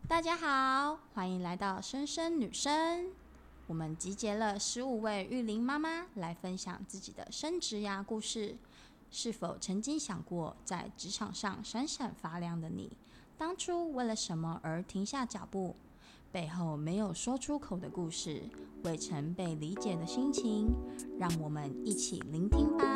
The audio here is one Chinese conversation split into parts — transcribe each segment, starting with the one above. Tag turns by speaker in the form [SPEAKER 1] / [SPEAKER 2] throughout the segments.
[SPEAKER 1] 大家好，欢迎来到生生女生。我们集结了15位育龄妈妈来分享自己的生职涯故事。是否曾经想过，在职场上闪闪发亮的你，当初为了什么而停下脚步？背后没有说出口的故事，未曾被理解的心情，让我们一起聆听吧。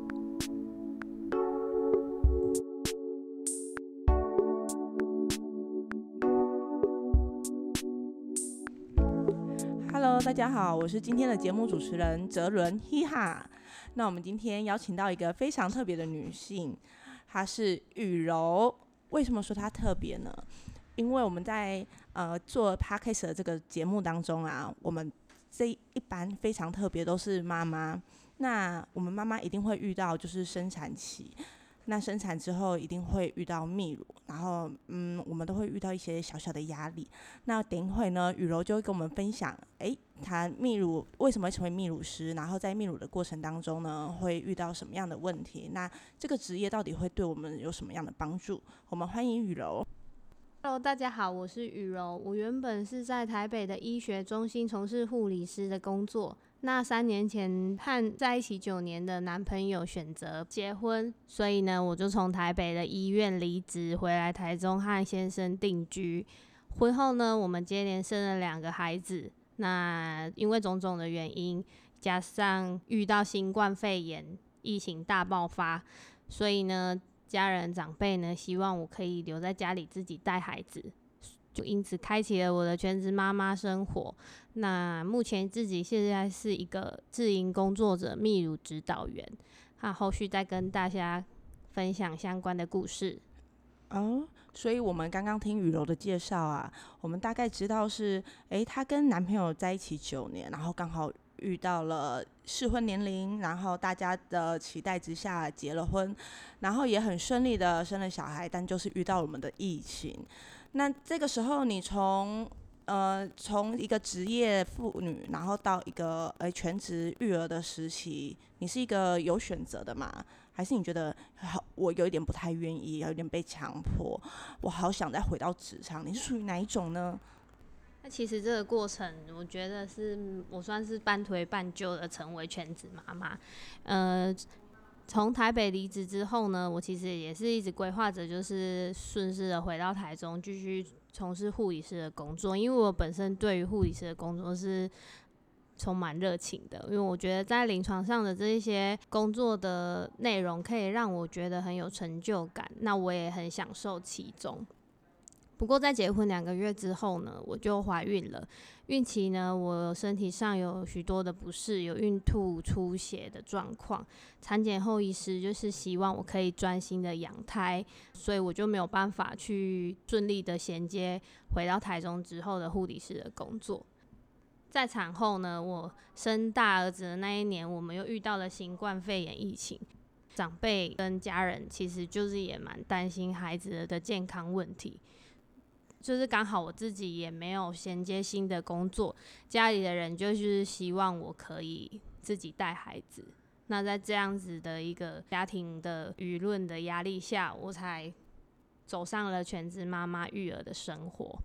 [SPEAKER 2] Hello， 大家好，我是今天的节目主持人哲伦，嘻哈。那我们今天邀请到一个非常特别的女性，她是雨柔。为什么说她特别呢？因为我们在做 Podcast 的这个节目当中啊，我们这一般非常特别都是妈妈。那我们妈妈一定会遇到就是生产期。那生产之后一定会遇到泌乳，然后我们都会遇到一些小小的压力。那等一会呢，雨柔就会跟我们分享，她泌乳为什么会成为泌乳师，然后在泌乳的过程当中呢，会遇到什么样的问题？那这个职业到底会对我们有什么样的帮助？我们欢迎雨柔。
[SPEAKER 3] Hello， 大家好，我是雨柔。我原本是在台北的医学中心从事护理师的工作。那3年前和在一起9年的男朋友选择结婚，所以呢，我就从台北的医院离职，回来台中和先生定居。婚后呢，我们接连生了2个孩子。那因为种种的原因，加上遇到新冠肺炎疫情大爆发，所以呢，家人长辈呢希望我可以留在家里自己带孩子，就因此开启了我的全职妈妈生活。那目前自己现在是一个自营工作者、泌乳指导员，后续再跟大家分享相关的故事。
[SPEAKER 2] 所以我们刚刚听雨柔的介绍啊，我们大概知道是，她跟男朋友在一起9年，然后刚好遇到了适婚年龄，然后大家的期待之下结了婚，然后也很顺利的生了小孩，但就是遇到我们的疫情。那这个时候你从一个职业妇女，然后到一个全职育儿的时期，你是一个有选择的吗？还是你觉得我有一点不太愿意，有一点被强迫，我好想再回到职场？你是属于哪一种呢？
[SPEAKER 3] 那其实这个过程，我觉得是我算是半推半就的成为全职妈妈。从台北离职之后呢，我其实也是一直规划着，就是顺势的回到台中，继续从事护理师的工作。因为我本身对于护理师的工作是充满热情的，因为我觉得在临床上的这一些工作的内容，可以让我觉得很有成就感，那我也很享受其中。不过在结婚2个月之后呢，我就怀孕了。孕期呢，我身体上有许多的不适，有孕吐、出血的状况。产检后医师就是希望我可以专心的养胎，所以我就没有办法去顺利的衔接回到台中之后的护理师的工作。在产后呢，我生大儿子的那一年，我们又遇到了新冠肺炎疫情。长辈跟家人其实就是也蛮担心孩子的健康问题。就是刚好我自己也没有衔接新的工作，家里的人就是希望我可以自己带孩子。那在这样子的一个家庭的舆论的压力下，我才走上了全职妈妈育儿的生活。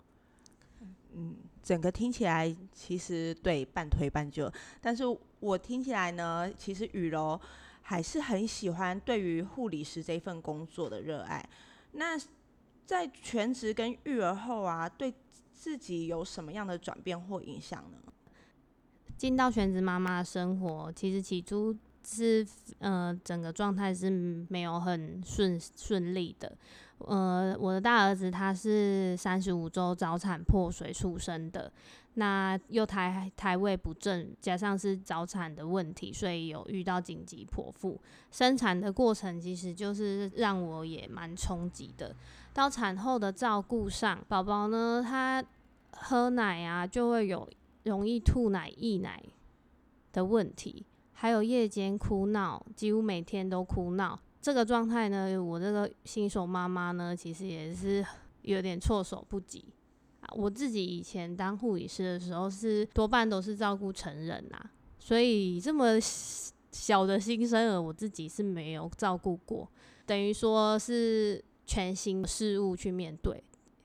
[SPEAKER 2] 整个听起来其实对半推半就，但是我听起来呢，其实雨柔还是很喜欢对于护理师这份工作的热爱。那在全职跟育儿后啊，对自己有什么样的转变或影响呢？
[SPEAKER 3] 进到全职妈妈的生活，其实起初是整个状态是没有很顺利的。我的大儿子他是35周早产破水出生的，那又胎位不正，加上是早产的问题，所以有遇到紧急剖腹。生产的过程其实就是让我也蛮冲击的。到产后的照顾上，宝宝呢他喝奶啊就会有容易吐奶、溢奶的问题。还有夜间哭闹，几乎每天都哭闹。这个状态呢，我这个新手妈妈呢，其实也是有点措手不及。我自己以前当护理师的时候，是多半都是照顾成人啊，所以这么小的新生儿，我自己是没有照顾过，等于说是全新事物去面对。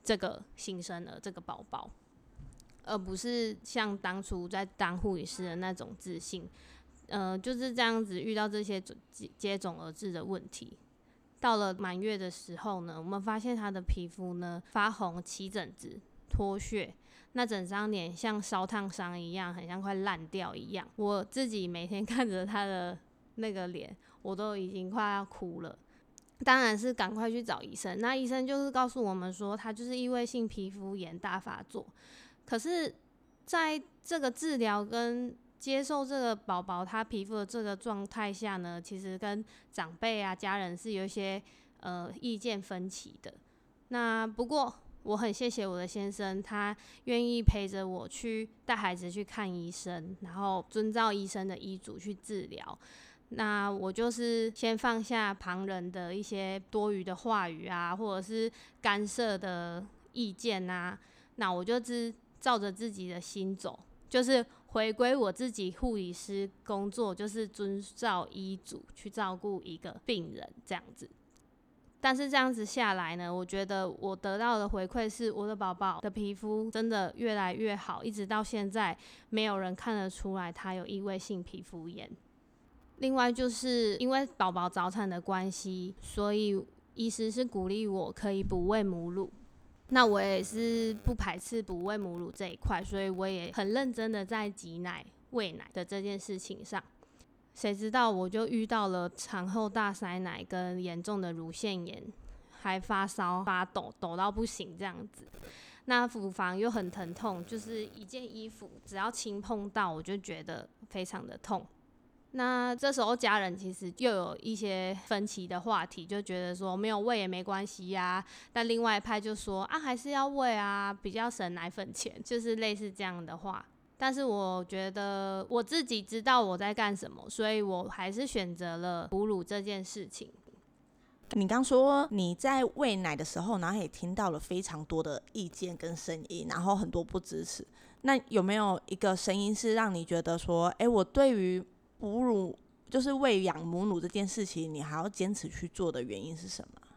[SPEAKER 3] 这个新生儿这个宝宝，而不是像当初在当护理师的那种自信。就是这样子遇到这些接踵而至的问题。到了满月的时候呢，我们发现他的皮肤呢发红、起疹子、脱屑，那整张脸像烧烫伤一样，很像快烂掉一样。我自己每天看着他的那个脸，我都已经快要哭了。当然是赶快去找医生。那医生就是告诉我们说，他就是异位性皮肤炎大发作。可是，在这个治疗跟接受这个宝宝他皮肤的这个状态下呢，其实跟长辈啊、家人是有一些意见分歧的。那不过我很谢谢我的先生，他愿意陪着我去带孩子去看医生，然后遵照医生的医嘱去治疗。那我就是先放下旁人的一些多余的话语啊，或者是干涉的意见啊，那我就照着自己的心走，就是回归我自己护理师工作，就是遵照医嘱去照顾一个病人这样子。但是这样子下来呢，我觉得我得到的回馈是，我的宝宝的皮肤真的越来越好，一直到现在没有人看得出来他有异位性皮肤炎。另外就是因为宝宝早产的关系，所以医师是鼓励我可以补喂母乳。那我也是不排斥补喂母乳这一块，所以我也很认真的在挤奶、喂奶的这件事情上。谁知道我就遇到了产后大塞奶跟严重的乳腺炎，还发烧、发抖，抖到不行这样子。那乳房又很疼痛，就是一件衣服只要轻碰到，我就觉得非常的痛。那这时候家人其实又有一些分歧的话题，就觉得说没有喂也没关系呀，但另外一派就说啊还是要喂啊，比较省奶粉钱，就是类似这样的话。但是我觉得我自己知道我在干什么，所以我还是选择了哺乳这件事情。
[SPEAKER 2] 你刚说你在喂奶的时候，然后也听到了非常多的意见跟声音，然后很多不支持。那有没有一个声音是让你觉得说，我对于哺乳就是喂养母乳这件事情，你还要坚持去做的原因是什么？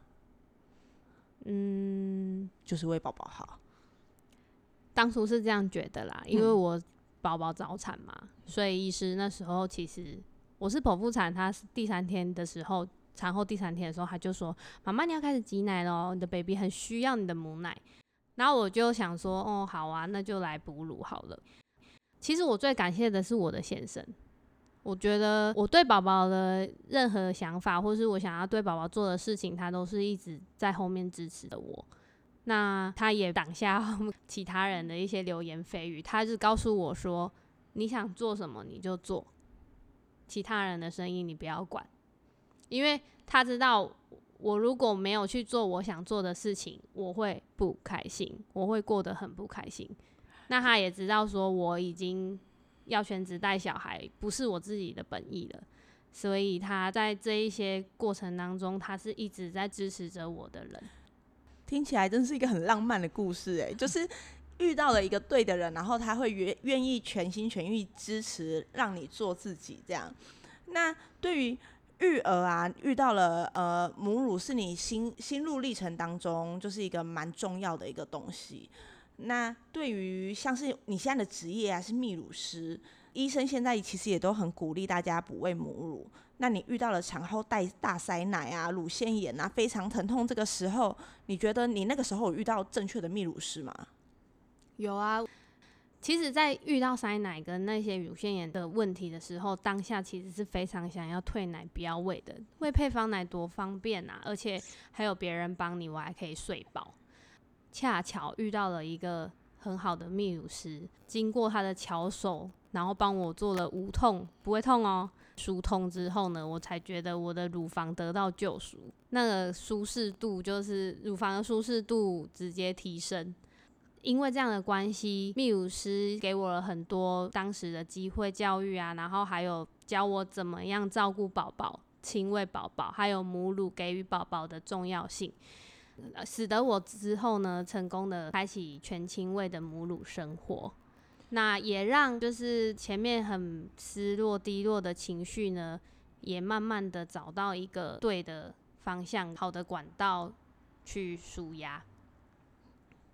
[SPEAKER 2] 就是为宝宝好。
[SPEAKER 3] 当初是这样觉得啦，因为我宝宝早产嘛，所以医师那时候其实我是剖腹产，他第3天的时候，产后第3天的时候，他就说：“妈妈，你要开始挤奶咯，你的 baby 很需要你的母奶。”然后我就想说：“哦，好啊，那就来哺乳好了。”其实我最感谢的是我的先生，我觉得我对宝宝的任何想法，或是我想要对宝宝做的事情，他都是一直在后面支持的我。那他也挡下其他人的一些流言蜚语，他就告诉我说：“你想做什么你就做，其他人的声音你不要管。”因为他知道我如果没有去做我想做的事情，我会不开心，我会过得很不开心。那他也知道说我已经要全职带小孩，不是我自己的本意了，所以他在这一些过程当中，他是一直在支持着我的人。
[SPEAKER 2] 听起来真是一个很浪漫的故事就是遇到了一个对的人，然后他会愿意全心全意支持，让你做自己这样。那对于育儿啊，遇到了母乳是你心路历程当中就是一个蛮重要的一个东西。那对于像是你现在的职业啊，是泌乳师，医生现在其实也都很鼓励大家补喂母乳。那你遇到了产后大塞奶啊、乳腺炎啊，非常疼痛，这个时候，你觉得你那个时候有遇到正确的泌乳师吗？
[SPEAKER 3] 有啊，其实在遇到塞奶跟那些乳腺炎的问题的时候，当下其实是非常想要退奶不要喂的。喂配方奶多方便啊，而且还有别人帮你，我还可以睡饱。恰巧遇到了一个很好的泌乳师，经过他的巧手，然后帮我做了无痛，不会痛哦，疏通之后呢，我才觉得我的乳房得到救赎，那个舒适度就是乳房的舒适度直接提升。因为这样的关系，泌乳师给我了很多当时的机会教育啊，然后还有教我怎么样照顾宝宝、亲喂宝宝，还有母乳给予宝宝的重要性，使得我之后呢，成功的开启全亲喂的母乳生活。那也让就是前面很失落、低落的情绪呢，也慢慢的找到一个对的方向、好的管道去抒压。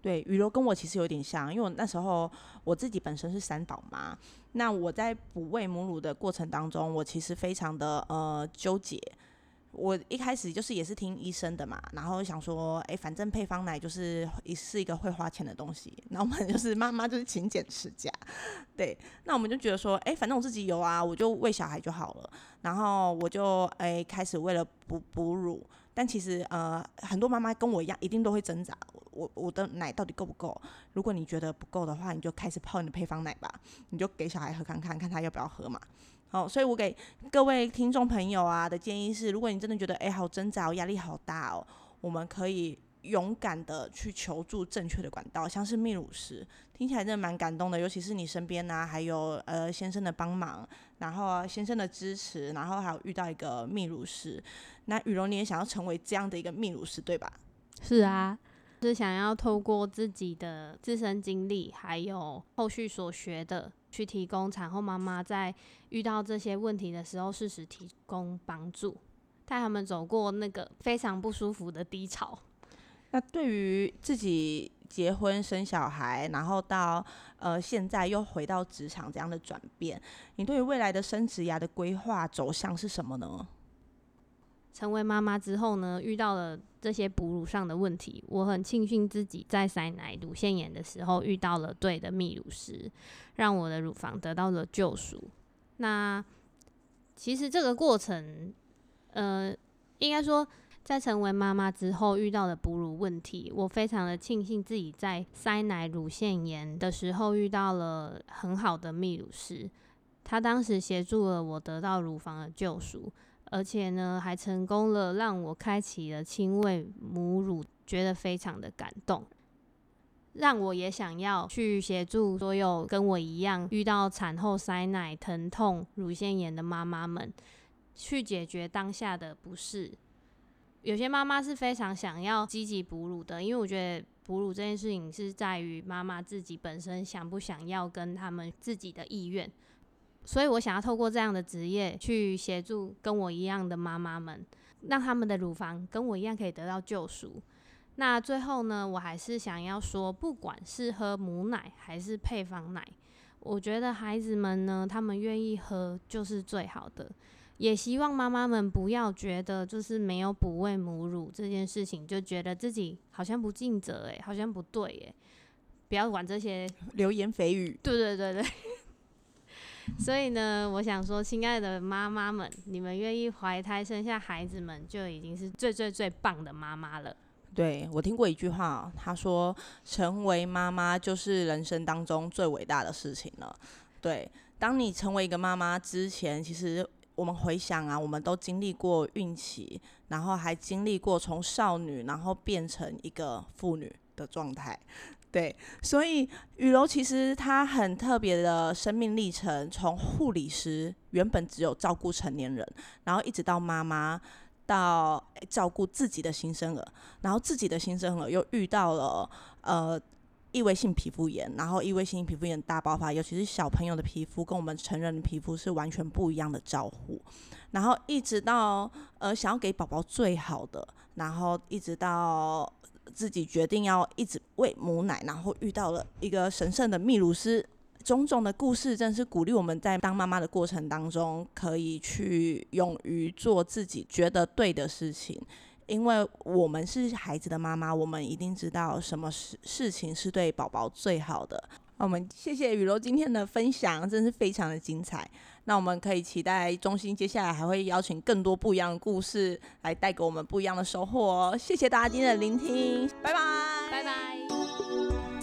[SPEAKER 2] 对，雨柔跟我其实有点像，因为我那时候我自己本身是3宝妈，那我在哺喂母乳的过程当中，我其实非常的纠结。我一开始就是也是听医生的嘛，然后想说，反正配方奶就是一个会花钱的东西，那我们就是妈妈就是勤俭持家，对，那我们就觉得说，反正我自己有啊，我就喂小孩就好了，然后我就开始为了哺乳，但其实很多妈妈跟我一样，一定都会挣扎，我的奶到底够不够？如果你觉得不够的话，你就开始泡你的配方奶吧，你就给小孩喝看看，看他要不要喝嘛。所以我给各位听众朋友啊的建议是，如果你真的觉得好挣扎，压力好大哦，我们可以勇敢的去求助正确的管道，像是泌乳师，听起来真的蛮感动的，尤其是你身边啊，还有先生的帮忙，然后先生的支持，然后还有遇到一个泌乳师。那雨柔你也想要成为这样的一个泌乳师对吧？
[SPEAKER 3] 是啊，是想要透过自己的自身经历，还有后续所学的，去提供产后妈妈在遇到这些问题的时候，适时提供帮助，带他们走过那个非常不舒服的低潮。
[SPEAKER 2] 那对于自己结婚生小孩，然后到现在又回到职场这样的转变，你对于未来的生职涯的规划走向是什么呢？
[SPEAKER 3] 成为妈妈之后呢，遇到了这些哺乳上的问题，我很庆幸自己在塞奶乳腺炎的时候遇到了对的泌乳师，让我的乳房得到了救赎。那其实这个过程，应该说在成为妈妈之后遇到的哺乳问题，我非常的庆幸自己在塞奶乳腺炎的时候遇到了很好的泌乳师，他当时协助了我得到乳房的救赎。而且呢，还成功了让我开启了亲喂母乳，觉得非常的感动，让我也想要去协助所有跟我一样遇到产后塞奶、疼痛、乳腺炎的妈妈们，去解决当下的不适。有些妈妈是非常想要积极哺乳的，因为我觉得哺乳这件事情是在于妈妈自己本身想不想要跟他们自己的意愿。所以我想要透过这样的职业去协助跟我一样的妈妈们，让他们的乳房跟我一样可以得到救赎。那最后呢，我还是想要说，不管是喝母奶还是配方奶，我觉得孩子们呢，他们愿意喝就是最好的。也希望妈妈们不要觉得就是没有哺喂母乳这件事情，就觉得自己好像不尽责好像不对不要管这些
[SPEAKER 2] 流言蜚语。
[SPEAKER 3] 对对对对。所以呢，我想说，亲爱的妈妈们，你们愿意怀胎生下孩子们，就已经是最最最棒的妈妈了。
[SPEAKER 2] 对，我听过一句话，他说成为妈妈就是人生当中最伟大的事情了。对，当你成为一个妈妈之前，其实我们回想啊，我们都经历过孕期，然后还经历过从少女然后变成一个妇女的状态。对，所以雨柔其实她很特别的生命历程，从护理师原本只有照顾成年人，然后一直到妈妈，到照顾自己的新生儿，然后自己的新生儿又遇到了异位性皮肤炎，然后异位性皮肤炎大爆发，尤其是小朋友的皮肤跟我们成人的皮肤是完全不一样的照护，然后一直到想要给宝宝最好的，然后一直到自己决定要一直喂母奶，然后遇到了一个神圣的泌乳师，种种的故事真是鼓励我们在当妈妈的过程当中，可以去勇于做自己觉得对的事情。因为我们是孩子的妈妈，我们一定知道什么事情是对宝宝最好的。我们谢谢雨柔今天的分享，真是非常的精彩。那我们可以期待中心接下来还会邀请更多不一样的故事来带给我们不一样的收获哦。谢谢大家今天的聆听，拜拜，
[SPEAKER 3] 拜拜。